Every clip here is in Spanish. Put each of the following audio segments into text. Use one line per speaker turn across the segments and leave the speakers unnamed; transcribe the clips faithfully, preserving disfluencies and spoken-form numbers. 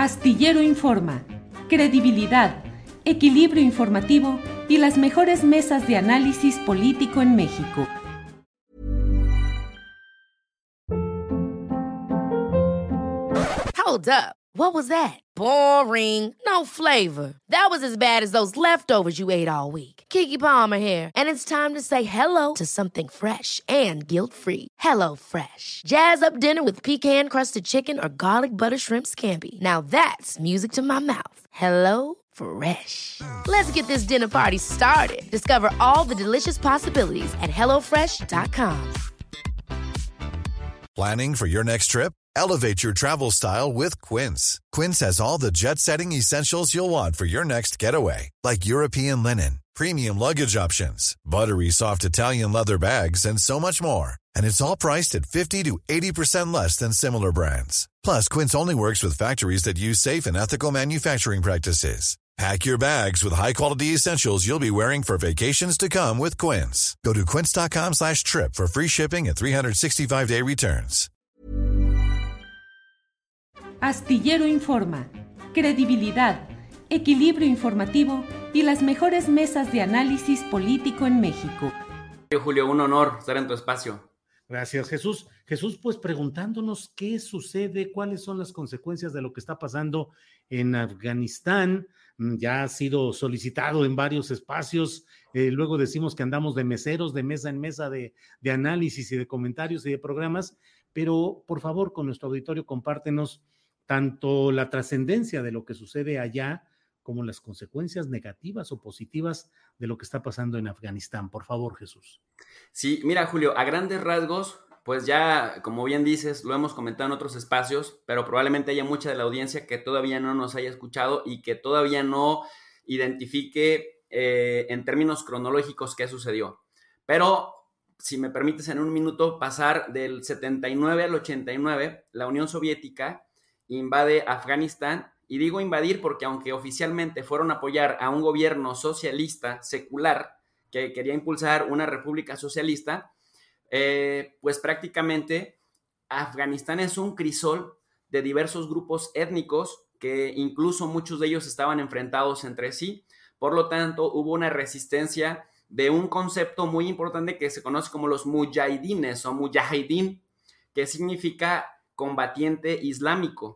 Astillero Informa, credibilidad, equilibrio informativo y las mejores mesas de análisis político en México.
Hold up. What was that? Boring. No flavor. That was as bad as those leftovers you ate all week. Keke Palmer here, and it's time to say hello to something fresh and guilt-free. Hello Fresh. Jazz up dinner with pecan-crusted chicken or garlic butter shrimp scampi. Now that's music to my mouth. Hello Fresh. Let's get this dinner party started. Discover all the delicious possibilities at hello fresh dot com.
Planning for your next trip? Elevate your travel style with Quince. Quince has all the jet-setting essentials you'll want for your next getaway, like European linen, premium luggage options, buttery soft Italian leather bags, and so much more. And it's all priced at fifty to eighty percent less than similar brands. Plus, Quince only works with factories that use safe and ethical manufacturing practices. Pack your bags with high-quality essentials you'll be wearing for vacations to come with Quince. Go to quince.com slash trip for free shipping and three sixty-five day returns.
Astillero Informa, credibilidad, equilibrio informativo y las mejores mesas de análisis político en México.
Julio, un honor estar en tu espacio.
Gracias, Jesús. Jesús, pues preguntándonos qué sucede, cuáles son las consecuencias de lo que está pasando en Afganistán. Ya ha sido solicitado en varios espacios. Eh, luego decimos que andamos de meseros, de mesa en mesa, de, de análisis y de comentarios y de programas. Pero, por favor, con nuestro auditorio, compártenos tanto la trascendencia de lo que sucede allá como las consecuencias negativas o positivas de lo que está pasando en Afganistán. Por favor, Jesús.
Sí, mira, Julio, a grandes rasgos, pues ya, como bien dices, lo hemos comentado en otros espacios, pero probablemente haya mucha de la audiencia que todavía no nos haya escuchado y que todavía no identifique eh, en términos cronológicos qué sucedió. Pero, si me permites en un minuto pasar del setenta y nueve al ochenta y nueve, la Unión Soviética invade Afganistán, y digo invadir porque aunque oficialmente fueron a apoyar a un gobierno socialista secular que quería impulsar una república socialista, eh, pues prácticamente Afganistán es un crisol de diversos grupos étnicos que incluso muchos de ellos estaban enfrentados entre sí. Por lo tanto, hubo una resistencia de un concepto muy importante que se conoce como los mujahidines o mujahidín, que significa combatiente islámico.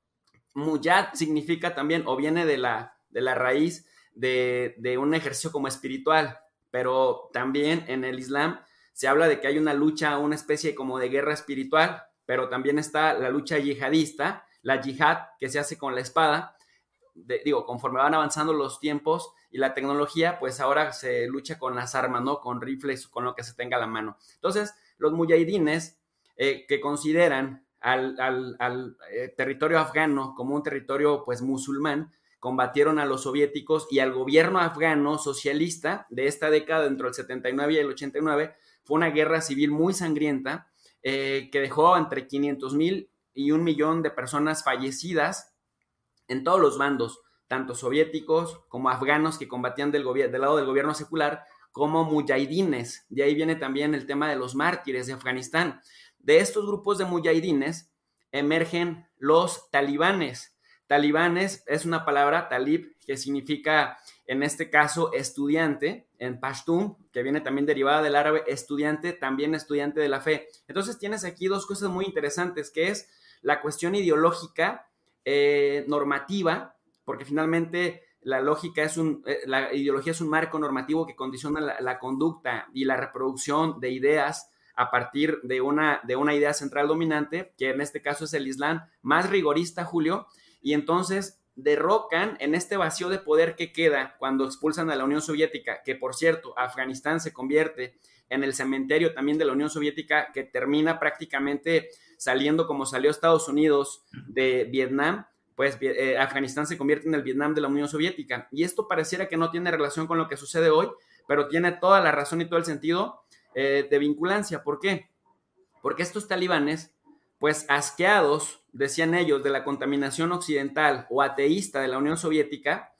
Mujad significa también, o viene de la, de la raíz de, de un ejercicio como espiritual, pero también en el Islam se habla de que hay una lucha, una especie como de guerra espiritual, pero también está la lucha yihadista, la yihad que se hace con la espada. De, digo, conforme van avanzando los tiempos y la tecnología, pues ahora se lucha con las armas, ¿no? Con rifles, con lo que se tenga a la mano. Entonces, los mujahidines eh, que consideran al, al, al eh, territorio afgano como un territorio pues musulmán, combatieron a los soviéticos y al gobierno afgano socialista de esta década, entre el setenta y nueve y el ochenta y nueve, fue una guerra civil muy sangrienta eh, que dejó entre quinientos mil y un millón de personas fallecidas en todos los bandos, tanto soviéticos como afganos que combatían del, gobier- del lado del gobierno secular, como mujahidines. De ahí viene también el tema de los mártires de Afganistán. De estos grupos de mujahidines emergen los talibanes. Talibanes es una palabra, talib, que significa, en este caso, estudiante, en pashtun, que viene también derivada del árabe, estudiante, también estudiante de la fe. Entonces tienes aquí dos cosas muy interesantes, que es la cuestión ideológica, eh, normativa, porque finalmente la lógica es un, eh, la ideología es un marco normativo que condiciona la, la conducta y la reproducción de ideas a partir de una, de una idea central dominante, que en este caso es el Islam más rigorista, Julio, y entonces derrocan en este vacío de poder que queda cuando expulsan a la Unión Soviética, que por cierto, Afganistán se convierte en el cementerio también de la Unión Soviética, que termina prácticamente saliendo como salió Estados Unidos de Vietnam, pues eh, Afganistán se convierte en el Vietnam de la Unión Soviética, y esto pareciera que no tiene relación con lo que sucede hoy, pero tiene toda la razón y todo el sentido eh, de vinculancia. ¿Por qué? Porque estos talibanes, pues asqueados, decían ellos, de la contaminación occidental o ateísta de la Unión Soviética,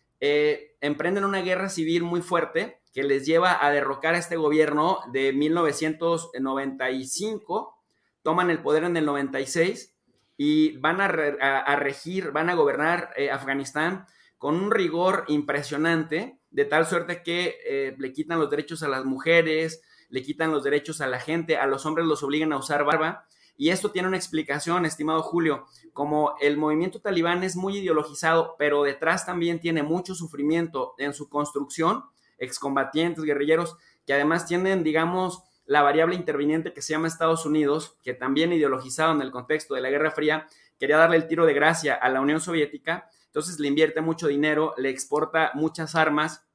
eh, emprenden una guerra civil muy fuerte que les lleva a derrocar a este gobierno de mil novecientos noventa y cinco, toman el poder en el noventa y seis y van a, re, a, a regir, van a gobernar eh, Afganistán con un rigor impresionante, de tal suerte que eh, le quitan los derechos a las mujeres, le quitan los derechos a la gente, a los hombres los obligan a usar barba, y esto tiene una explicación, estimado Julio, como el movimiento talibán es muy ideologizado, pero detrás también tiene mucho sufrimiento en su construcción, excombatientes, guerrilleros, que además tienen, digamos, la variable interviniente que se llama Estados Unidos, que también ideologizado en el contexto de la Guerra Fría, quería darle el tiro de gracia a la Unión Soviética, entonces le invierte mucho dinero, le exporta muchas armas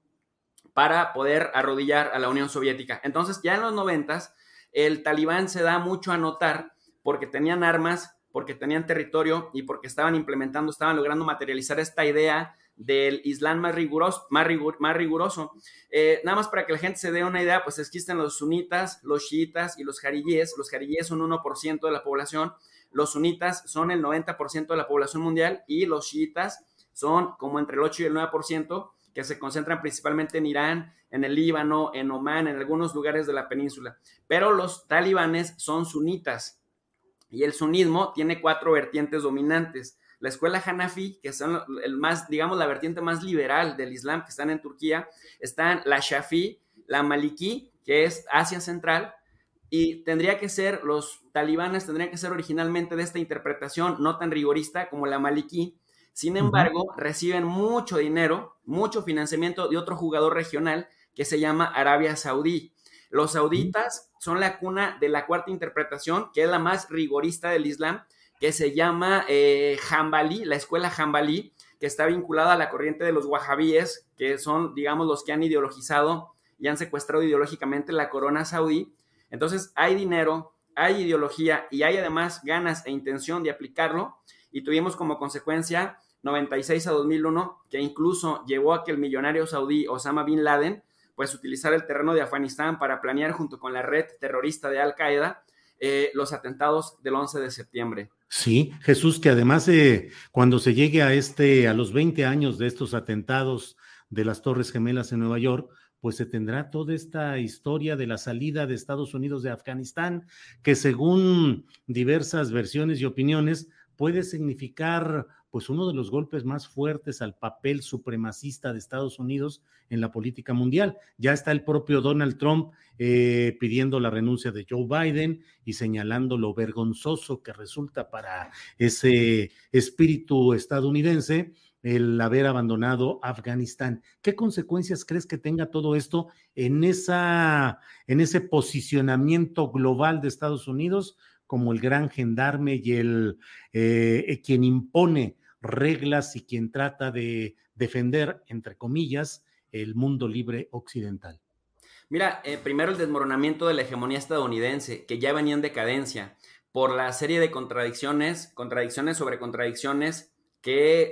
para poder arrodillar a la Unión Soviética. Entonces ya en los noventas el talibán se da mucho a notar porque tenían armas, porque tenían territorio y porque estaban implementando, estaban logrando materializar esta idea del Islam más riguroso. Más rigur, más riguroso. Eh, nada más para que la gente se dé una idea, pues existen los sunitas, los chiitas y los jarilíes. Los jarilíes son uno por ciento de la población, los sunitas son el noventa por ciento de la población mundial y los chiitas son como entre el ocho y el nueve por ciento, que se concentran principalmente en Irán, en el Líbano, en Omán, en algunos lugares de la península. Pero los talibanes son sunitas y el sunismo tiene cuatro vertientes dominantes. La escuela Hanafi, que son el más, digamos, la vertiente más liberal del Islam, que están en Turquía, están la Shafi, la Maliki, que es Asia Central, y tendría que ser, los talibanes tendrían que ser originalmente de esta interpretación no tan rigorista como la Maliki. Sin embargo, uh-huh. reciben mucho dinero, mucho financiamiento de otro jugador regional que se llama Arabia Saudí. Los sauditas uh-huh. son la cuna de la cuarta interpretación, que es la más rigorista del Islam, que se llama eh, Hanbali, la escuela Hanbali, que está vinculada a la corriente de los wahabíes, que son, digamos, los que han ideologizado y han secuestrado ideológicamente la corona saudí. Entonces, hay dinero, hay ideología y hay además ganas e intención de aplicarlo, y tuvimos como consecuencia noventa y seis a dos mil uno, que incluso llevó a que el millonario saudí Osama Bin Laden pues utilizara el terreno de Afganistán para planear junto con la red terrorista de Al-Qaeda eh, los atentados del once de septiembre.
Sí, Jesús, que además eh, cuando se llegue a este a los veinte años de estos atentados de las Torres Gemelas en Nueva York, pues se tendrá toda esta historia de la salida de Estados Unidos de Afganistán, que según diversas versiones y opiniones puede significar pues uno de los golpes más fuertes al papel supremacista de Estados Unidos en la política mundial. Ya está el propio Donald Trump eh, pidiendo la renuncia de Joe Biden y señalando lo vergonzoso que resulta para ese espíritu estadounidense el haber abandonado Afganistán. ¿Qué consecuencias crees que tenga todo esto en, esa, en ese posicionamiento global de Estados Unidos como el gran gendarme y el eh, quien impone reglas y quien trata de defender, entre comillas, el mundo libre occidental?
Mira, eh, primero el desmoronamiento de la hegemonía estadounidense, que ya venía en decadencia, por la serie de contradicciones, contradicciones sobre contradicciones, que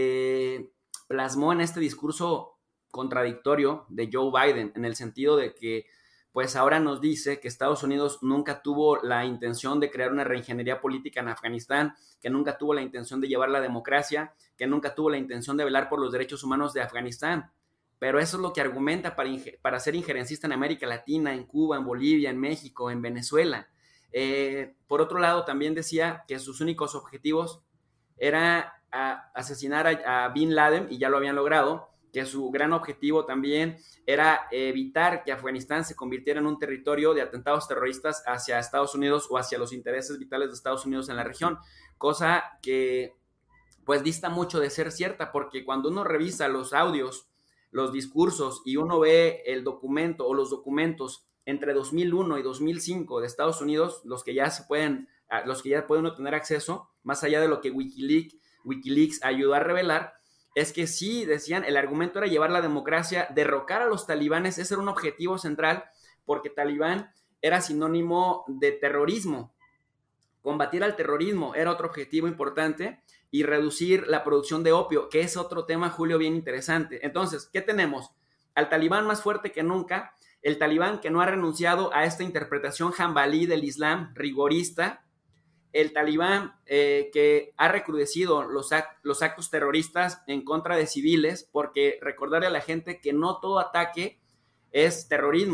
se plasmó en este discurso contradictorio de Joe Biden, en el sentido de que pues ahora nos dice que Estados Unidos nunca tuvo la intención de crear una reingeniería política en Afganistán, que nunca tuvo la intención de llevar la democracia, que nunca tuvo la intención de velar por los derechos humanos de Afganistán. Pero eso es lo que argumenta para, para ser injerencista en América Latina, en Cuba, en Bolivia, en México, en Venezuela. Eh, por otro lado, también decía que sus únicos objetivos era a asesinar a, a Bin Laden, y ya lo habían logrado, que su gran objetivo también era evitar que Afganistán se convirtiera en un territorio de atentados terroristas hacia Estados Unidos o hacia los intereses vitales de Estados Unidos en la región, cosa que pues dista mucho de ser cierta, porque cuando uno revisa los audios, los discursos y uno ve el documento o los documentos entre dos mil uno y dos mil cinco de Estados Unidos, los que ya se pueden, los que ya pueden obtener acceso, más allá de lo que Wikileaks, Wikileaks ayudó a revelar, es que sí, decían, el argumento era llevar la democracia, derrocar a los talibanes, ese era un objetivo central, porque talibán era sinónimo de terrorismo. Combatir al terrorismo era otro objetivo importante, y reducir la producción de opio, que es otro tema, Julio, bien interesante. Entonces, ¿qué tenemos? Al talibán más fuerte que nunca, el talibán que no ha renunciado a esta interpretación hanbalí del Islam rigorista, el talibán eh, que ha recrudecido los, act- los actos terroristas en contra de civiles, porque recordarle a la gente que no todo ataque es terrorismo.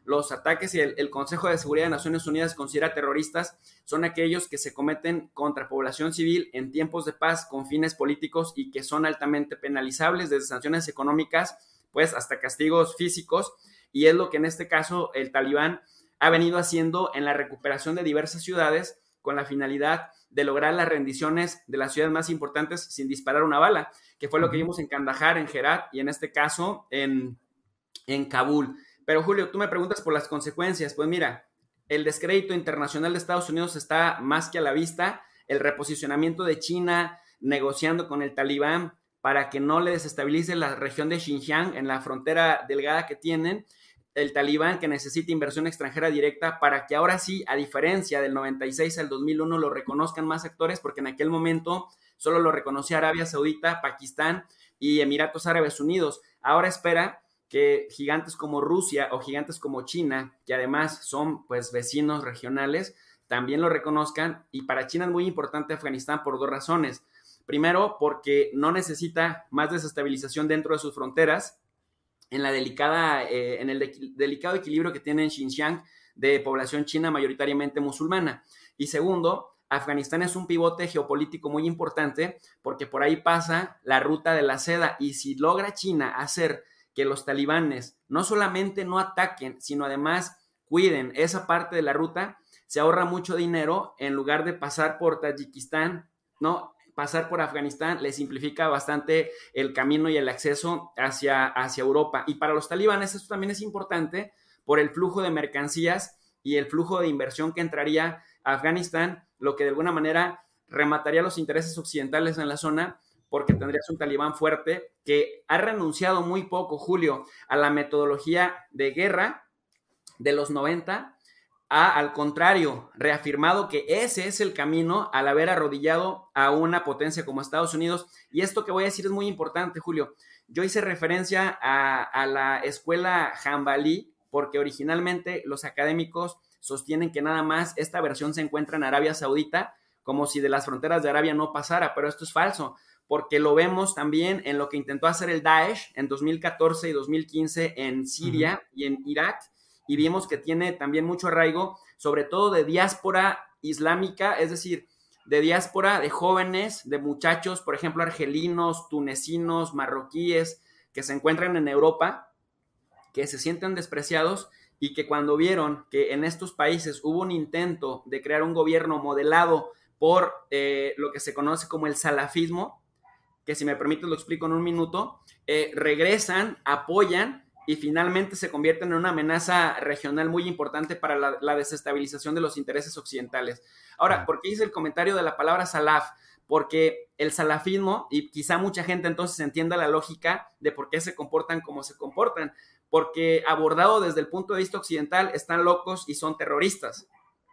los ataques y el, el Consejo de Seguridad de Naciones Unidas considera terroristas son aquellos que se cometen contra población civil en tiempos de paz con fines políticos y que son altamente penalizables, desde sanciones económicas pues hasta castigos físicos, y es lo que en este caso el Talibán ha venido haciendo en la recuperación de diversas ciudades con la finalidad de lograr las rendiciones de las ciudades más importantes sin disparar una bala, que fue lo que vimos en Kandahar, en Herat y en este caso en, en Kabul. Pero Julio, tú me preguntas por las consecuencias. Pues mira, el descrédito internacional de Estados Unidos está más que a la vista, el reposicionamiento de China negociando con el Talibán para que no le desestabilice la región de Xinjiang en la frontera delgada que tienen, el Talibán que necesita inversión extranjera directa para que ahora sí, a diferencia del noventa y seis al dos mil uno, lo reconozcan más actores, porque en aquel momento solo lo reconocía Arabia Saudita, Pakistán y Emiratos Árabes Unidos. Ahora espera que gigantes como Rusia o gigantes como China, que además son pues vecinos regionales, también lo reconozcan, y para China es muy importante Afganistán por dos razones. Primero, porque no necesita más desestabilización dentro de sus fronteras, en, la delicada, eh, en el de, delicado equilibrio que tiene en Xinjiang de población china mayoritariamente musulmana. Y segundo, Afganistán es un pivote geopolítico muy importante porque por ahí pasa la ruta de la seda, y si logra China hacer que los talibanes no solamente no ataquen, sino además cuiden esa parte de la ruta, se ahorra mucho dinero. En lugar de pasar por Tayikistán, ¿no? Pasar por Afganistán le simplifica bastante el camino y el acceso hacia, hacia Europa. Y para los talibanes esto también es importante por el flujo de mercancías y el flujo de inversión que entraría a Afganistán, lo que de alguna manera remataría los intereses occidentales en la zona, porque tendrías un talibán fuerte que ha renunciado muy poco, Julio, a la metodología de guerra de los noventa, ha, al contrario, reafirmado que ese es el camino al haber arrodillado a una potencia como Estados Unidos. Y esto que voy a decir es muy importante, Julio. Yo hice referencia a, a la escuela Hanbali porque originalmente los académicos sostienen que nada más esta versión se encuentra en Arabia Saudita, como si de las fronteras de Arabia no pasara, pero esto es falso, porque lo vemos también en lo que intentó hacer el Daesh en dos mil catorce y dos mil quince en Siria uh-huh. y en Irak, y vimos que tiene también mucho arraigo, sobre todo de diáspora islámica, es decir, de diáspora de jóvenes, de muchachos, por ejemplo, argelinos, tunecinos, marroquíes, que se encuentran en Europa, que se sienten despreciados y que cuando vieron que en estos países hubo un intento de crear un gobierno modelado por eh, lo que se conoce como el salafismo, que si me permites lo explico en un minuto, eh, regresan, apoyan y finalmente se convierten en una amenaza regional muy importante para la, la desestabilización de los intereses occidentales. Ahora, ¿por qué hice el comentario de la palabra salaf? Porque el salafismo, y quizá mucha gente entonces entienda la lógica de por qué se comportan como se comportan, porque abordado desde el punto de vista occidental están locos y son terroristas.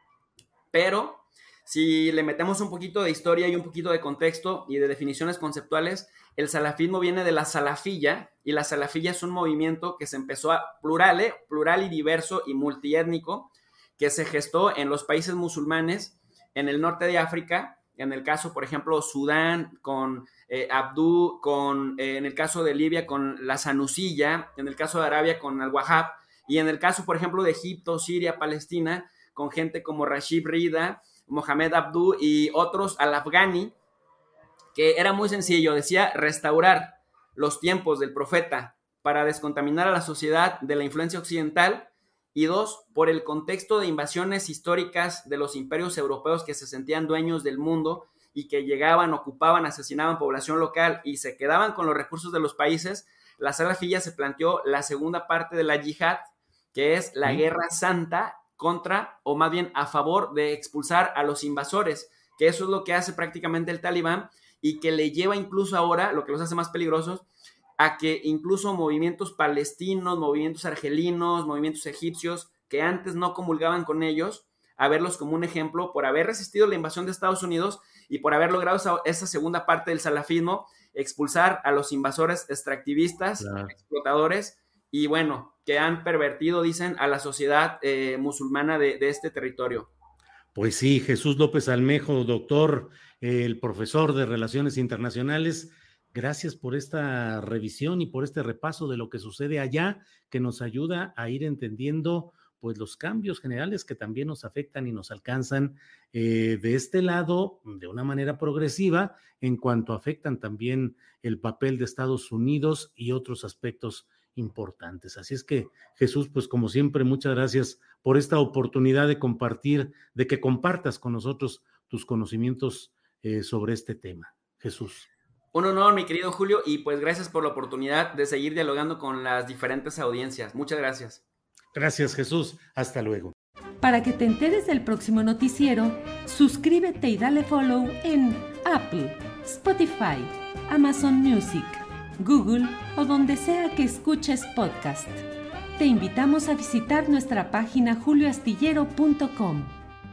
Pero si le metemos un poquito de historia y un poquito de contexto y de definiciones conceptuales, el salafismo viene de la salafilla, y la salafilla es un movimiento que se empezó a plural, ¿eh? plural y diverso y multiétnico, que se gestó en los países musulmanes, en el norte de África, en el caso, por ejemplo, Sudán, con eh, Abdú, con, eh, en el caso de Libia, con la Sanusilla, en el caso de Arabia, con Al-Wahhab, y en el caso, por ejemplo, de Egipto, Siria, Palestina, con gente como Rashid Rida, Mohamed Abdú y otros, al-Afghani, que era muy sencillo, decía restaurar los tiempos del profeta para descontaminar a la sociedad de la influencia occidental, y dos, por el contexto de invasiones históricas de los imperios europeos que se sentían dueños del mundo y que llegaban, ocupaban, asesinaban población local y se quedaban con los recursos de los países. La salafilla se planteó la segunda parte de la yihad, que es la ¿Sí? guerra santa contra, o más bien a favor de expulsar a los invasores, que eso es lo que hace prácticamente el Talibán, y que le lleva incluso ahora, lo que los hace más peligrosos, a que incluso movimientos palestinos, movimientos argelinos, movimientos egipcios, que antes no comulgaban con ellos, a verlos como un ejemplo por haber resistido la invasión de Estados Unidos y por haber logrado esa, esa segunda parte del salafismo, expulsar a los invasores extractivistas, claro. explotadores, y bueno, que han pervertido, dicen, a la sociedad eh, musulmana de, de este territorio.
Pues sí, Jesús López Almejo, doctor, eh, el profesor de Relaciones Internacionales, gracias por esta revisión y por este repaso de lo que sucede allá, que nos ayuda a ir entendiendo pues los cambios generales que también nos afectan y nos alcanzan eh, de este lado de una manera progresiva en cuanto afectan también el papel de Estados Unidos y otros aspectos importantes. Así es que, Jesús, pues como siempre, muchas gracias por esta oportunidad de compartir, de que compartas con nosotros tus conocimientos eh, sobre este tema. Jesús.
Un honor, mi querido Julio, y pues gracias por la oportunidad de seguir dialogando con las diferentes audiencias. Muchas gracias.
Gracias, Jesús. Hasta luego.
Para que te enteres del próximo noticiero, suscríbete y dale follow en Apple, Spotify, Amazon Music, Google o donde sea que escuches podcast. Te invitamos a visitar nuestra página julio astillero punto com.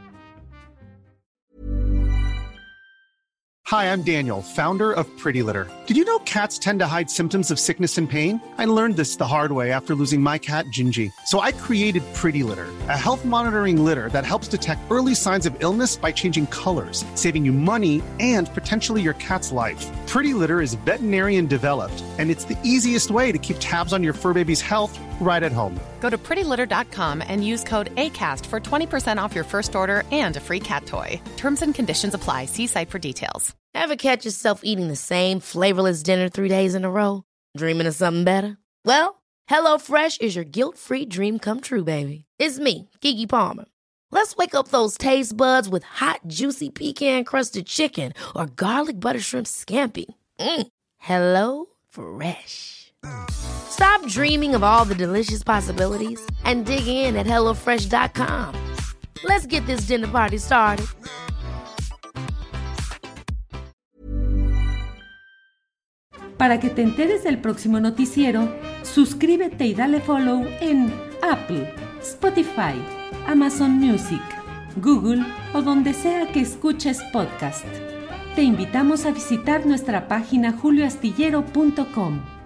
Hi, I'm Daniel, founder of Pretty Litter. Did you know cats tend to hide symptoms of sickness and pain? I learned this the hard way after losing my cat, Gingy. So I created Pretty Litter, a health monitoring litter that helps detect early signs of illness by changing colors, saving you money and potentially your cat's life. Pretty Litter is veterinarian developed, and it's the easiest way to keep tabs on your fur baby's health right at home.
Go to pretty litter dot com and use code ACAST for twenty percent off your first order and a free cat toy. Terms and conditions apply. See site for details.
Ever catch yourself eating the same flavorless dinner three days in a row? Dreaming of something better? Well, HelloFresh is your guilt-free dream come true, baby. It's me, Keke Palmer. Let's wake up those taste buds with hot, juicy pecan-crusted chicken or garlic butter shrimp scampi. Mm. Hello Fresh. Stop dreaming of all the delicious possibilities and dig in at hello fresh dot com. Let's get this dinner party started.
Para que te enteres del próximo noticiero, suscríbete y dale follow en Apple, Spotify, Amazon Music, Google o donde sea que escuches podcast. Te invitamos a visitar nuestra página julio astillero punto com.